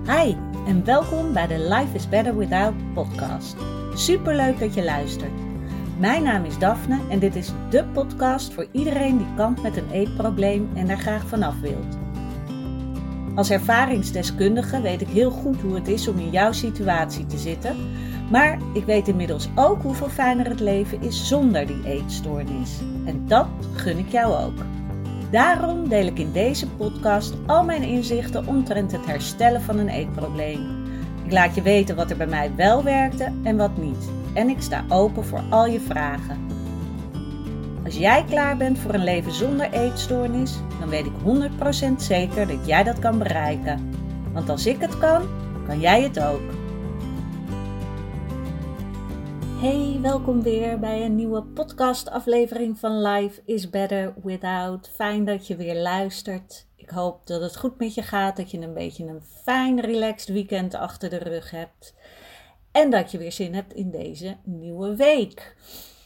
Hi en welkom bij de Life is Better Without podcast. Superleuk dat je luistert. Mijn naam is Daphne en dit is de podcast voor iedereen die kampt met een eetprobleem en daar graag vanaf wilt. Als ervaringsdeskundige weet ik heel goed hoe het is om in jouw situatie te zitten, maar ik weet inmiddels ook hoeveel fijner het leven is zonder die eetstoornis. En dat gun ik jou ook. Daarom deel ik in deze podcast al mijn inzichten omtrent het herstellen van een eetprobleem. Ik laat je weten wat er bij mij wel werkte en wat niet. En ik sta open voor al je vragen. Als jij klaar bent voor een leven zonder eetstoornis, dan weet ik 100% zeker dat jij dat kan bereiken. Want als ik het kan, kan jij het ook. Hey, welkom weer bij een nieuwe podcastaflevering van Life is Better Without. Fijn dat je weer luistert. Ik hoop dat het goed met je gaat, dat je een beetje een fijn, relaxed weekend achter de rug hebt. En dat je weer zin hebt in deze nieuwe week.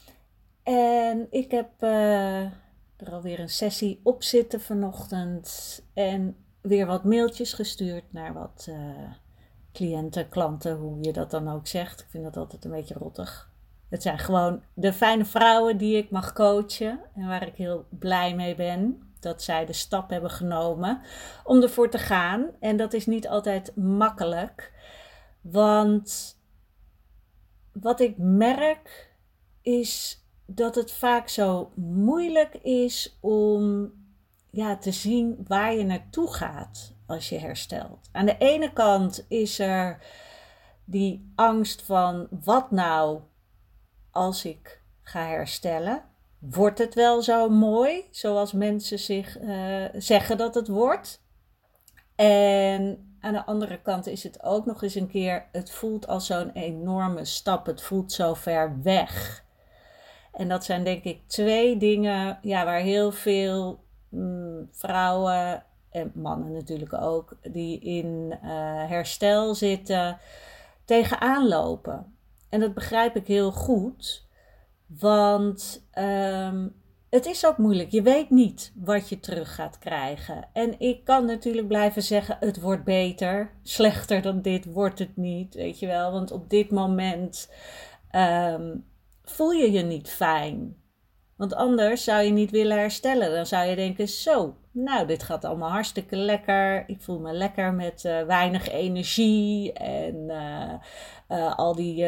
En ik heb er alweer een sessie op zitten vanochtend. En weer wat mailtjes gestuurd naar wat cliënten, klanten, hoe je dat dan ook zegt. Ik vind dat altijd een beetje rottig. Het zijn gewoon de fijne vrouwen die ik mag coachen. En waar ik heel blij mee ben. Dat zij de stap hebben genomen om ervoor te gaan. En dat is niet altijd makkelijk. Want wat ik merk is dat het vaak zo moeilijk is om te zien waar je naartoe gaat als je herstelt. Aan de ene kant is er die angst van wat nou als ik ga herstellen? Wordt het wel zo mooi zoals mensen zich zeggen dat het wordt? En aan de andere kant is het ook nog eens een keer, het voelt als zo'n enorme stap. Het voelt zo ver weg. En dat zijn denk ik twee dingen waar heel veel vrouwen en mannen natuurlijk ook, die in herstel zitten, tegenaan lopen. En dat begrijp ik heel goed, want het is ook moeilijk. Je weet niet wat je terug gaat krijgen. En ik kan natuurlijk blijven zeggen, het wordt beter. Slechter dan dit wordt het niet, weet je wel. Want op dit moment voel je je niet fijn. Want anders zou je niet willen herstellen. Dan zou je denken, zo, nou dit gaat allemaal hartstikke lekker. Ik voel me lekker met weinig energie en al die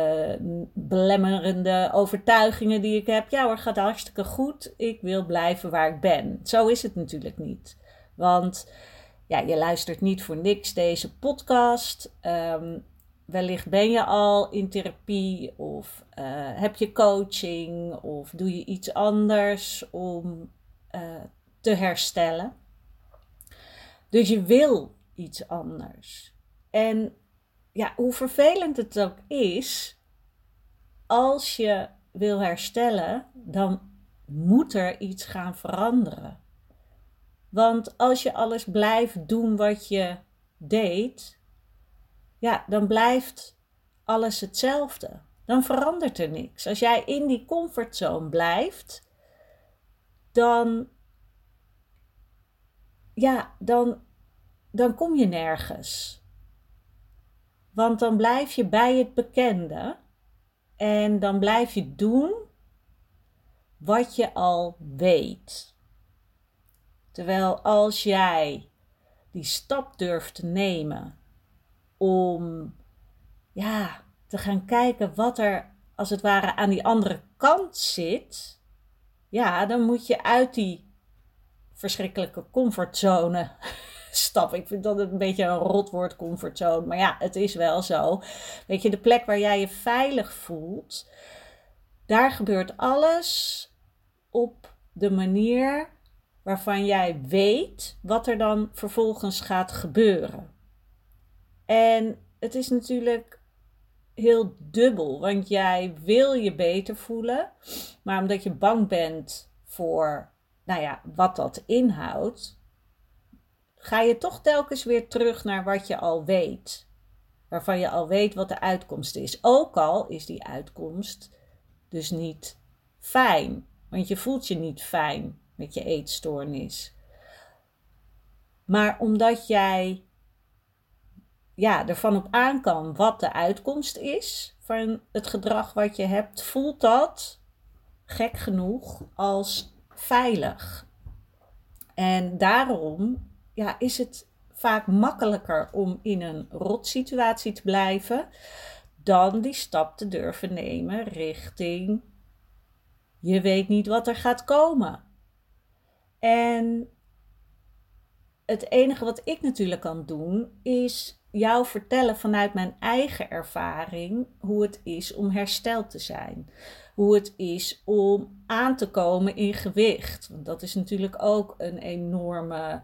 belemmerende overtuigingen die ik heb. Ja hoor, gaat hartstikke goed. Ik wil blijven waar ik ben. Zo is het natuurlijk niet. Want je luistert niet voor niks deze podcast. Wellicht ben je al in therapie of heb je coaching of doe je iets anders om te herstellen. Dus je wil iets anders. En hoe vervelend het ook is, als je wil herstellen, dan moet er iets gaan veranderen. Want als je alles blijft doen wat je deed, dan blijft alles hetzelfde. Dan verandert er niks. Als jij in die comfortzone blijft, dan kom je nergens. Want dan blijf je bij het bekende en dan blijf je doen wat je al weet. Terwijl als jij die stap durft te nemen om te gaan kijken wat er als het ware aan die andere kant zit, dan moet je uit die verschrikkelijke comfortzone stappen. Ik vind dat een beetje een rotwoord, comfortzone, maar het is wel zo. Weet je, de plek waar jij je veilig voelt, daar gebeurt alles op de manier waarvan jij weet wat er dan vervolgens gaat gebeuren. En het is natuurlijk heel dubbel, want jij wil je beter voelen, maar omdat je bang bent voor, wat dat inhoudt, ga je toch telkens weer terug naar wat je al weet, waarvan je al weet wat de uitkomst is. Ook al is die uitkomst dus niet fijn, want je voelt je niet fijn met je eetstoornis. Maar omdat jij ervan op aan kan wat de uitkomst is van het gedrag wat je hebt, voelt dat, gek genoeg, als veilig. En daarom is het vaak makkelijker om in een rotsituatie te blijven dan die stap te durven nemen richting je weet niet wat er gaat komen. En het enige wat ik natuurlijk kan doen is jou vertellen vanuit mijn eigen ervaring hoe het is om hersteld te zijn. Hoe het is om aan te komen in gewicht. Want dat is natuurlijk ook een enorme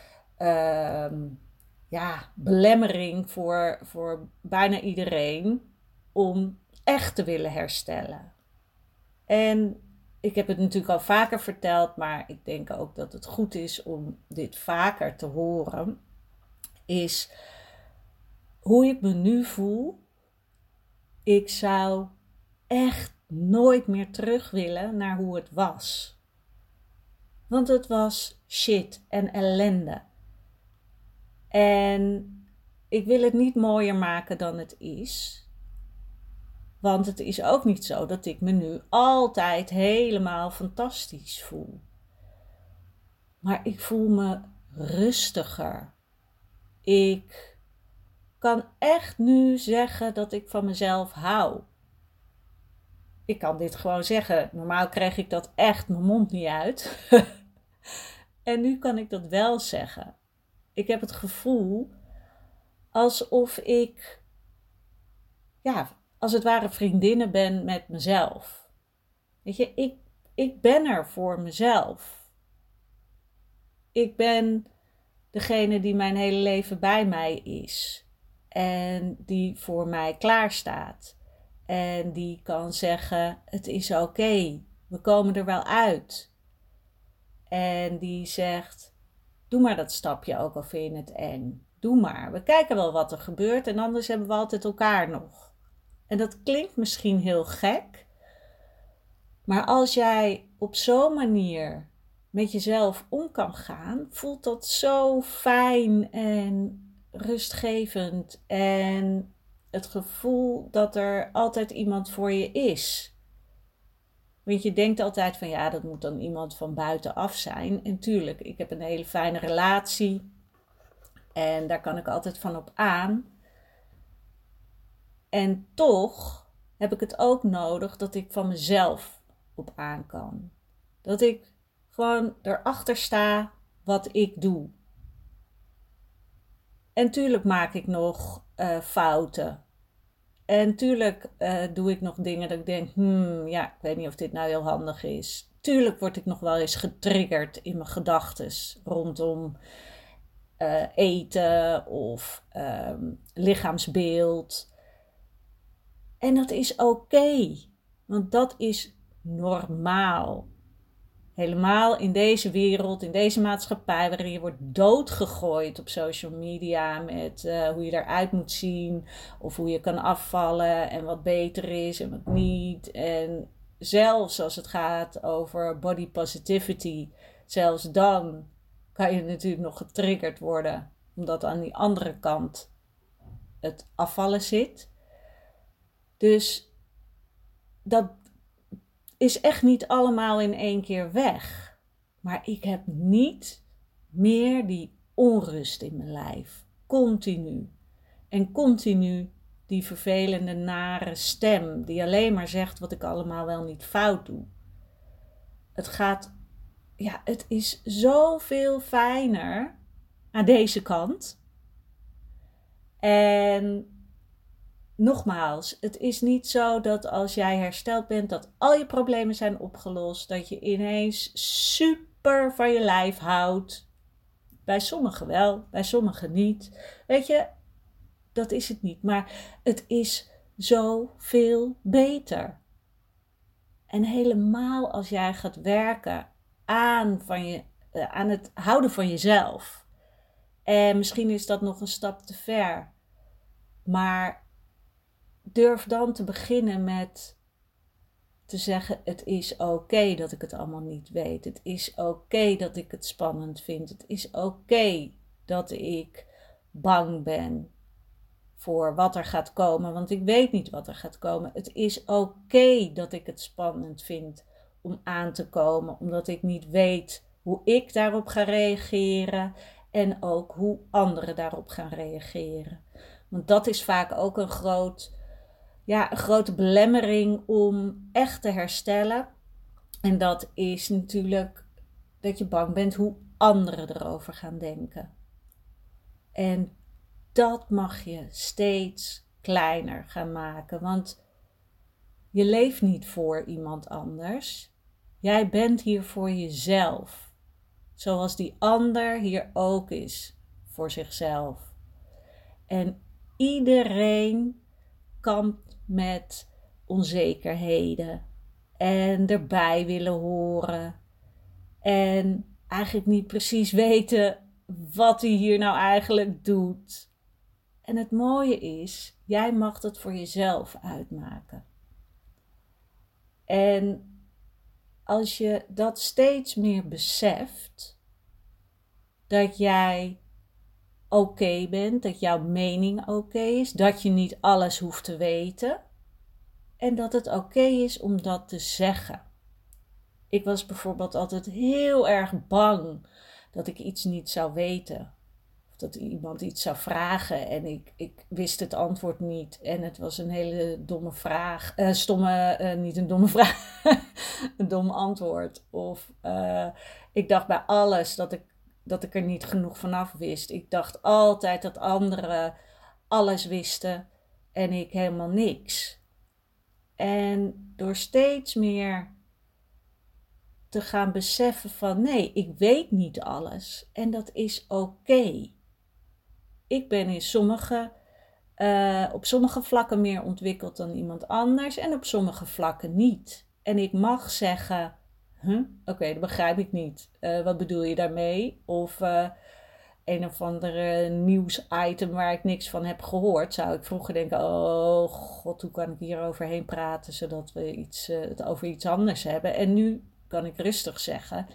belemmering voor bijna iedereen om echt te willen herstellen. En ik heb het natuurlijk al vaker verteld, maar ik denk ook dat het goed is om dit vaker te horen. Is hoe ik me nu voel. Ik zou echt nooit meer terug willen naar hoe het was. Want het was shit en ellende. En ik wil het niet mooier maken dan het is. Want het is ook niet zo dat ik me nu altijd helemaal fantastisch voel. Maar ik voel me rustiger. Ik kan echt nu zeggen dat ik van mezelf hou. Ik kan dit gewoon zeggen. Normaal kreeg ik dat echt mijn mond niet uit. En nu kan ik dat wel zeggen. Ik heb het gevoel alsof ik, als het ware vriendinnen ben met mezelf. Weet je, ik ben er voor mezelf. Ik ben degene die mijn hele leven bij mij is. En die voor mij klaarstaat. En die kan zeggen, het is oké, we komen er wel uit. En die zegt, doe maar dat stapje ook al vind je het eng. Doe maar, we kijken wel wat er gebeurt en anders hebben we altijd elkaar nog. En dat klinkt misschien heel gek. Maar als jij op zo'n manier met jezelf om kan gaan, voelt dat zo fijn en rustgevend. En het gevoel dat er altijd iemand voor je is. Want je denkt altijd van dat moet dan iemand van buitenaf zijn. En tuurlijk, ik heb een hele fijne relatie. En daar kan ik altijd van op aan. En toch heb ik het ook nodig dat ik van mezelf op aan kan. Dat ik gewoon erachter sta wat ik doe. En tuurlijk maak ik nog fouten. En tuurlijk doe ik nog dingen dat ik denk, ik weet niet of dit nou heel handig is. Tuurlijk word ik nog wel eens getriggerd in mijn gedachtes rondom eten of lichaamsbeeld. En dat is oké, want dat is normaal. Helemaal in deze wereld, in deze maatschappij, waarin je wordt doodgegooid op social media met hoe je eruit moet zien of hoe je kan afvallen en wat beter is en wat niet. En zelfs als het gaat over body positivity, zelfs dan kan je natuurlijk nog getriggerd worden, omdat aan die andere kant het afvallen zit. Dus dat is echt niet allemaal in één keer weg. Maar ik heb niet meer die onrust in mijn lijf. Continu. En continu die vervelende, nare stem die alleen maar zegt wat ik allemaal wel niet fout doe. Het is zoveel fijner aan deze kant. En nogmaals, het is niet zo dat als jij hersteld bent, dat al je problemen zijn opgelost, dat je ineens super van je lijf houdt. Bij sommigen wel, bij sommigen niet. Weet je, dat is het niet. Maar het is zoveel beter. En helemaal als jij gaat werken aan het houden van jezelf. En misschien is dat nog een stap te ver. Maar durf dan te beginnen met te zeggen, het is oké dat ik het allemaal niet weet. Het is oké dat ik het spannend vind. Het is oké dat ik bang ben. voor wat er gaat komen, want ik weet niet wat er gaat komen. Het is oké dat ik het spannend vind om aan te komen, omdat ik niet weet hoe ik daarop ga reageren en ook hoe anderen daarop gaan reageren. Want dat is vaak ook een grote belemmering om echt te herstellen. En dat is natuurlijk dat je bang bent hoe anderen erover gaan denken. En dat mag je steeds kleiner gaan maken, want je leeft niet voor iemand anders. Jij bent hier voor jezelf, zoals die ander hier ook is voor zichzelf. En iedereen kampt met onzekerheden en erbij willen horen en eigenlijk niet precies weten wat hij hier nou eigenlijk doet. En het mooie is, jij mag het voor jezelf uitmaken. En als je dat steeds meer beseft, dat jij oké bent, dat jouw mening oké is, dat je niet alles hoeft te weten en dat het oké is om dat te zeggen. Ik was bijvoorbeeld altijd heel erg bang dat ik iets niet zou weten. Of dat iemand iets zou vragen en ik wist het antwoord niet. En het was een hele domme vraag. Niet een domme vraag. Een dom antwoord. Of ik dacht bij alles dat ik er niet genoeg vanaf wist. Ik dacht altijd dat anderen alles wisten en ik helemaal niks. En door steeds meer te gaan beseffen van nee, ik weet niet alles. En dat is oké. Ik ben op sommige vlakken meer ontwikkeld dan iemand anders en op sommige vlakken niet. En ik mag zeggen, oké, dat begrijp ik niet. Wat bedoel je daarmee? Of een of andere nieuwsitem waar ik niks van heb gehoord, zou ik vroeger denken, oh god, hoe kan ik hier overheen praten zodat we het over iets anders hebben. En nu kan ik rustig zeggen,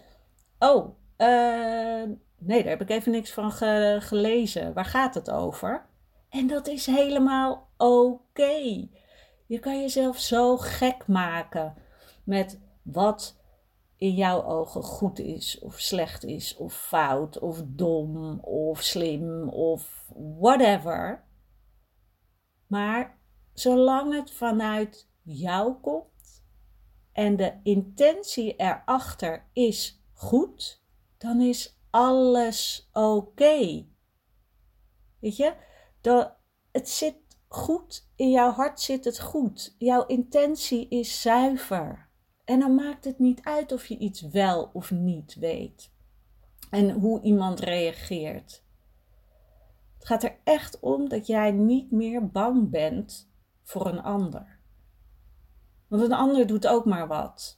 nee, daar heb ik even niks van gelezen. Waar gaat het over? En dat is helemaal oké. Je kan jezelf zo gek maken met wat in jouw ogen goed is, of slecht is, of fout, of dom, of slim, of whatever. Maar zolang het vanuit jou komt en de intentie erachter is goed, dan is alles oké. Weet je, het zit goed, in jouw hart zit het goed. Jouw intentie is zuiver. En dan maakt het niet uit of je iets wel of niet weet. En hoe iemand reageert. Het gaat er echt om dat jij niet meer bang bent voor een ander. Want een ander doet ook maar wat.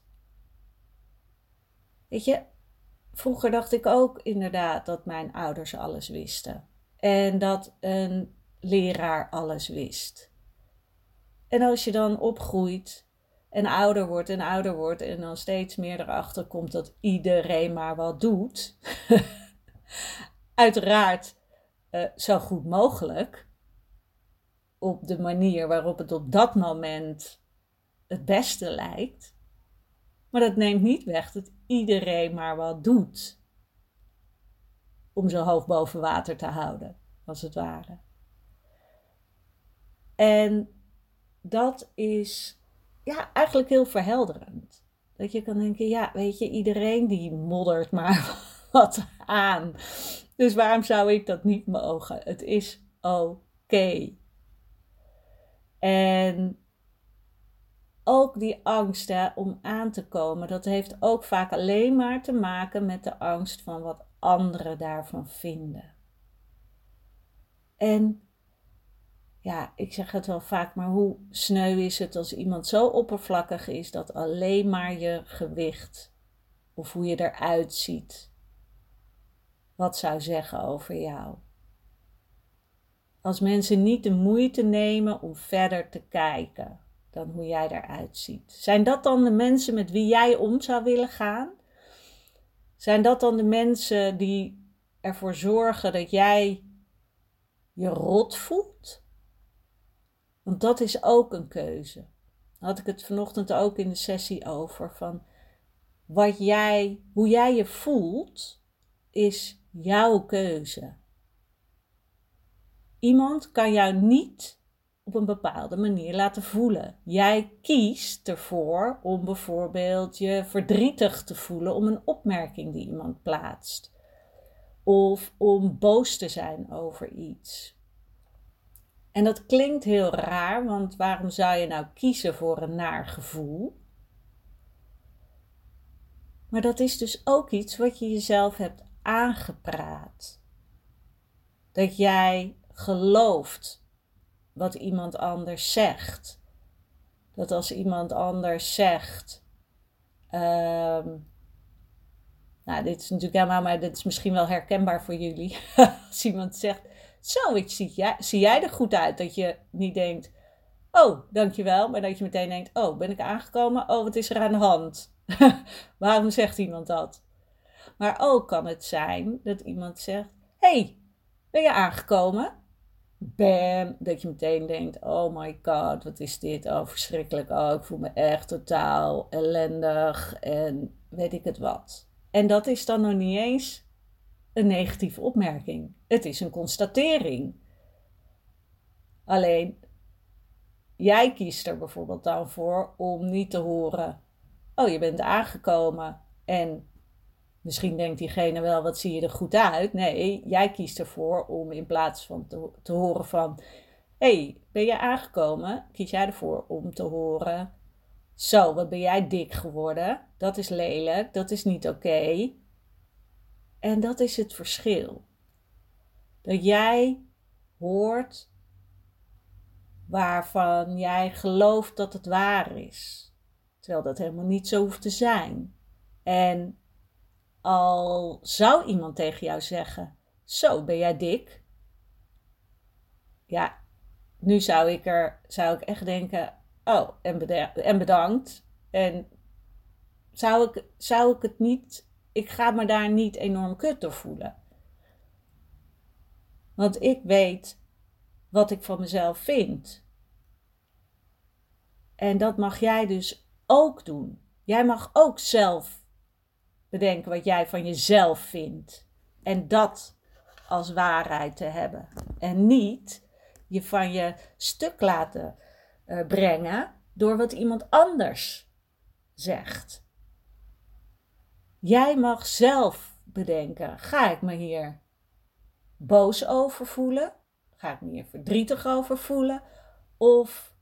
Weet je, vroeger dacht ik ook inderdaad dat mijn ouders alles wisten. En dat een leraar alles wist. En als je dan opgroeit en ouder wordt en dan steeds meer erachter komt dat iedereen maar wat doet. Uiteraard zo goed mogelijk. Op de manier waarop het op dat moment het beste lijkt. Maar dat neemt niet weg dat iedereen maar wat doet. Om zijn hoofd boven water te houden, als het ware. En dat is eigenlijk heel verhelderend. Dat je kan denken, weet je, iedereen die moddert maar wat aan. Dus waarom zou ik dat niet mogen? Het is oké. En ook die angst om aan te komen, dat heeft ook vaak alleen maar te maken met de angst van wat anderen daarvan vinden. En ik zeg het wel vaak, maar hoe sneu is het als iemand zo oppervlakkig is dat alleen maar je gewicht of hoe je eruit ziet wat zou zeggen over jou. Als mensen niet de moeite nemen om verder te kijken dan hoe jij eruit ziet. Zijn dat dan de mensen met wie jij om zou willen gaan? Zijn dat dan de mensen die ervoor zorgen dat jij je rot voelt? Want dat is ook een keuze. Daar had ik het vanochtend ook in de sessie over. Van hoe jij je voelt, is jouw keuze. Iemand kan jou niet op een bepaalde manier laten voelen. Jij kiest ervoor om bijvoorbeeld je verdrietig te voelen om een opmerking die iemand plaatst. Of om boos te zijn over iets. En dat klinkt heel raar, want waarom zou je nou kiezen voor een naar gevoel? Maar dat is dus ook iets wat je jezelf hebt aangepraat. Dat jij gelooft wat iemand anders zegt. Dat als iemand anders zegt, nou dit is natuurlijk helemaal, maar dit is misschien wel herkenbaar voor jullie. Als iemand zegt, zo, zie jij er goed uit. Dat je niet denkt, oh, dankjewel. Maar dat je meteen denkt, oh, ben ik aangekomen? Oh, wat is er aan de hand? Waarom zegt iemand dat? Maar ook kan het zijn dat iemand zegt, hey, ben je aangekomen? Bam, dat je meteen denkt, oh my god, wat is dit? Oh, verschrikkelijk. Oh, ik voel me echt totaal ellendig en weet ik het wat. En dat is dan nog niet eens een negatieve opmerking. Het is een constatering. Alleen, jij kiest er bijvoorbeeld dan voor om niet te horen, oh, je bent aangekomen en misschien denkt diegene wel, wat zie je er goed uit. Nee, jij kiest ervoor om in plaats van te horen van, hey, ben je aangekomen? Kies jij ervoor om te horen, zo, wat ben jij dik geworden? Dat is lelijk, dat is niet oké. En dat is het verschil. Dat jij hoort waarvan jij gelooft dat het waar is. Terwijl dat helemaal niet zo hoeft te zijn. En al zou iemand tegen jou zeggen, zo, ben jij dik? Ja, nu zou ik echt denken, oh, en bedankt. En zou ik het niet, ik ga me daar niet enorm kut door voelen. Want ik weet wat ik van mezelf vind. En dat mag jij dus ook doen. Jij mag ook zelf bedenken wat jij van jezelf vindt. En dat als waarheid te hebben. En niet je van je stuk laten brengen door wat iemand anders zegt. Jij mag zelf bedenken, ga ik me hier boos over voelen? Ga ik me hier verdrietig over voelen? Of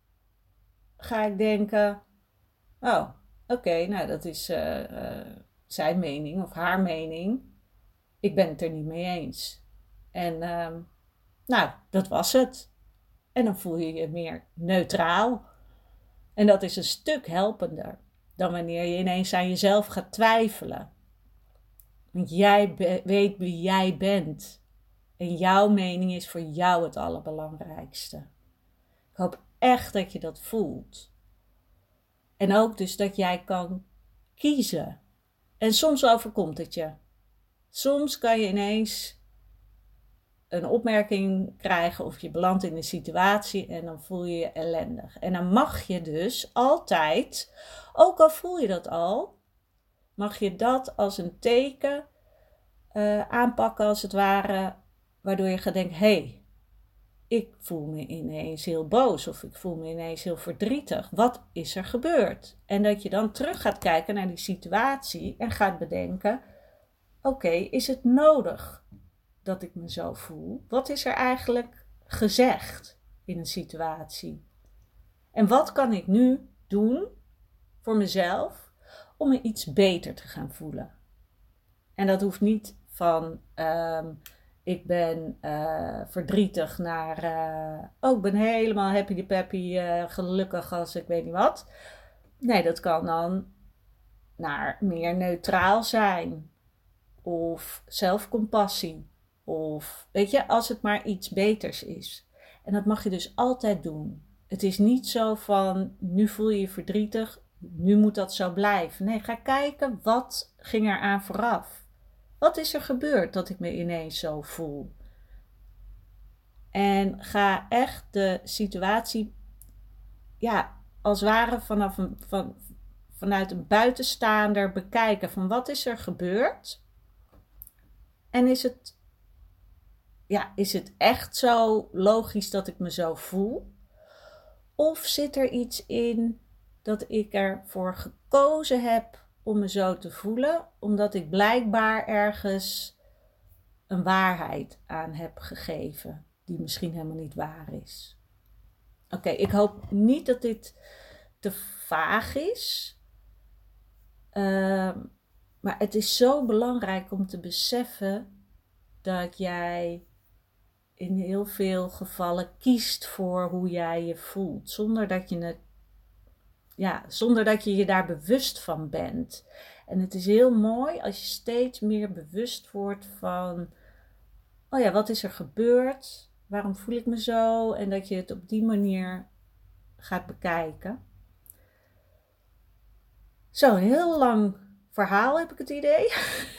ga ik denken, oh, oké, nou dat is zijn mening of haar mening. Ik ben het er niet mee eens. En nou, dat was het. En dan voel je je meer neutraal. En dat is een stuk helpender dan wanneer je ineens aan jezelf gaat twijfelen. Want jij weet wie jij bent. En jouw mening is voor jou het allerbelangrijkste. Ik hoop echt dat je dat voelt. En ook dus dat jij kan kiezen. En soms overkomt het je. Soms kan je ineens een opmerking krijgen of je belandt in een situatie en dan voel je je ellendig. En dan mag je dus altijd, ook al voel je dat al, mag je dat als een teken aanpakken als het ware, waardoor je gaat denken, hey, ik voel me ineens heel boos of ik voel me ineens heel verdrietig. Wat is er gebeurd? En dat je dan terug gaat kijken naar die situatie en gaat bedenken, oké, is het nodig dat ik me zo voel? Wat is er eigenlijk gezegd in een situatie? En wat kan ik nu doen voor mezelf om me iets beter te gaan voelen? En dat hoeft niet van ik ben verdrietig naar ik ben helemaal happy peppy, gelukkig als ik weet niet wat. Nee, dat kan dan naar meer neutraal zijn. Of zelfcompassie. Of weet je, als het maar iets beters is. En dat mag je dus altijd doen. Het is niet zo van, nu voel je je verdrietig, nu moet dat zo blijven. Nee, ga kijken, wat ging er aan vooraf? Wat is er gebeurd dat ik me ineens zo voel? En ga echt de situatie, als het ware vanuit een buitenstaander bekijken. Van wat is er gebeurd? En is het echt zo logisch dat ik me zo voel? Of zit er iets in dat ik ervoor gekozen heb om me zo te voelen, omdat ik blijkbaar ergens een waarheid aan heb gegeven, die misschien helemaal niet waar is. Oké, ik hoop niet dat dit te vaag is. Maar het is zo belangrijk om te beseffen dat jij in heel veel gevallen kiest voor hoe jij je voelt, zonder dat je je daar bewust van bent. En het is heel mooi als je steeds meer bewust wordt van, wat is er gebeurd? Waarom voel ik me zo? En dat je het op die manier gaat bekijken. Zo, een heel lang verhaal heb ik het idee.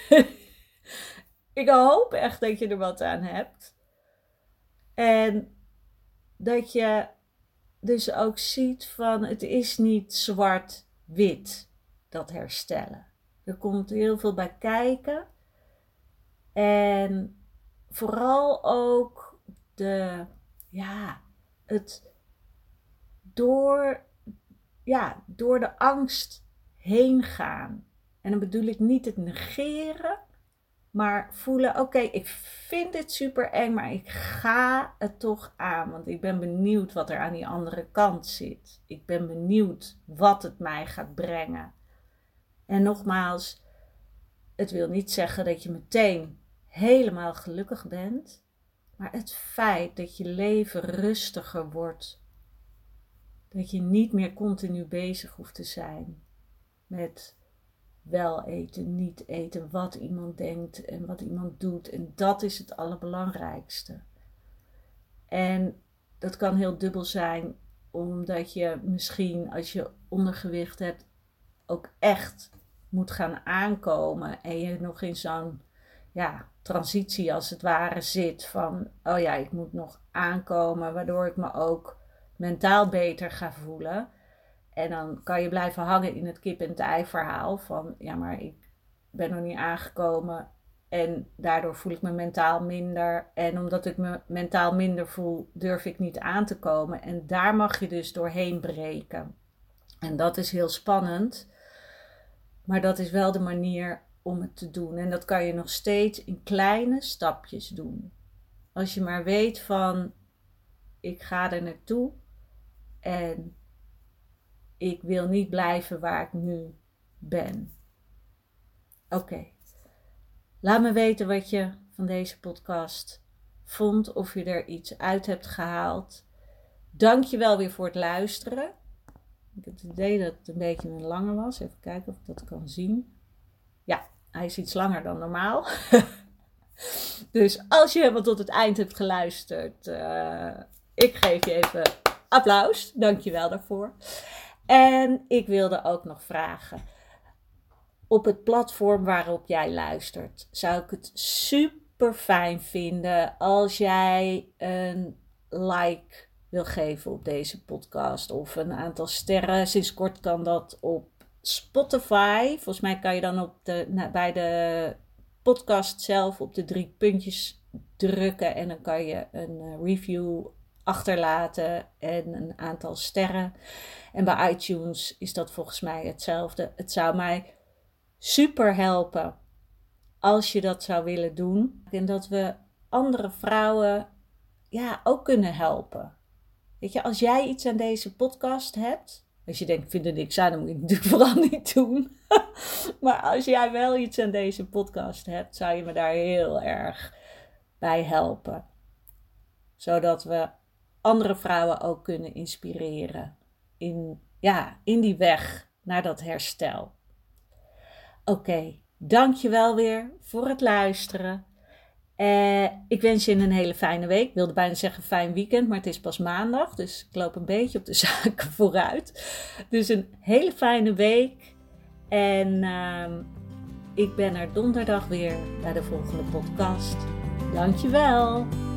Ik hoop echt dat je er wat aan hebt. En dat je dus ook ziet van, het is niet zwart-wit, dat herstellen. Er komt heel veel bij kijken. En vooral ook het door de angst heen gaan. En dan bedoel ik niet het negeren, maar voelen, oké, ik vind dit super eng, maar ik ga het toch aan. Want ik ben benieuwd wat er aan die andere kant zit. Ik ben benieuwd wat het mij gaat brengen. En nogmaals, het wil niet zeggen dat je meteen helemaal gelukkig bent. Maar het feit dat je leven rustiger wordt. Dat je niet meer continu bezig hoeft te zijn met wel eten, niet eten, wat iemand denkt en wat iemand doet. En dat is het allerbelangrijkste. En dat kan heel dubbel zijn, omdat je misschien als je ondergewicht hebt ook echt moet gaan aankomen. En je nog in zo'n transitie als het ware zit van, ik moet nog aankomen, waardoor ik me ook mentaal beter ga voelen. En dan kan je blijven hangen in het kip en het ei verhaal van, maar ik ben nog niet aangekomen en daardoor voel ik me mentaal minder. En omdat ik me mentaal minder voel, durf ik niet aan te komen. En daar mag je dus doorheen breken. En dat is heel spannend, maar dat is wel de manier om het te doen. En dat kan je nog steeds in kleine stapjes doen. Als je maar weet van, ik ga er naartoe en ik wil niet blijven waar ik nu ben. Oké. Laat me weten wat je van deze podcast vond. Of je er iets uit hebt gehaald. Dank je wel weer voor het luisteren. Ik heb het idee dat het een beetje een lange was. Even kijken of ik dat kan zien. Ja, hij is iets langer dan normaal. Dus als je helemaal tot het eind hebt geluisterd. Ik geef je even applaus. Dank je wel daarvoor. En ik wilde ook nog vragen. Op het platform waarop jij luistert, zou ik het super fijn vinden als jij een like wil geven op deze podcast. Of een aantal sterren. Sinds kort kan dat op Spotify. Volgens mij kan je dan bij de podcast zelf op de 3 puntjes drukken. En dan kan je een review achterlaten en een aantal sterren. En bij iTunes is dat volgens mij hetzelfde. Het zou mij super helpen als je dat zou willen doen. En dat we andere vrouwen ook kunnen helpen. Weet je, als jij iets aan deze podcast hebt. Als je denkt, ik vind er niks aan, dan moet je het natuurlijk vooral niet doen. Maar als jij wel iets aan deze podcast hebt, zou je me daar heel erg bij helpen. Zodat we andere vrouwen ook kunnen inspireren in die weg naar dat herstel. Oké, dankjewel weer voor het luisteren. Ik wens je een hele fijne week. Ik wilde bijna zeggen fijn weekend, maar het is pas maandag. Dus ik loop een beetje op de zaken vooruit. Dus een hele fijne week. En ik ben er donderdag weer bij de volgende podcast. Dankjewel.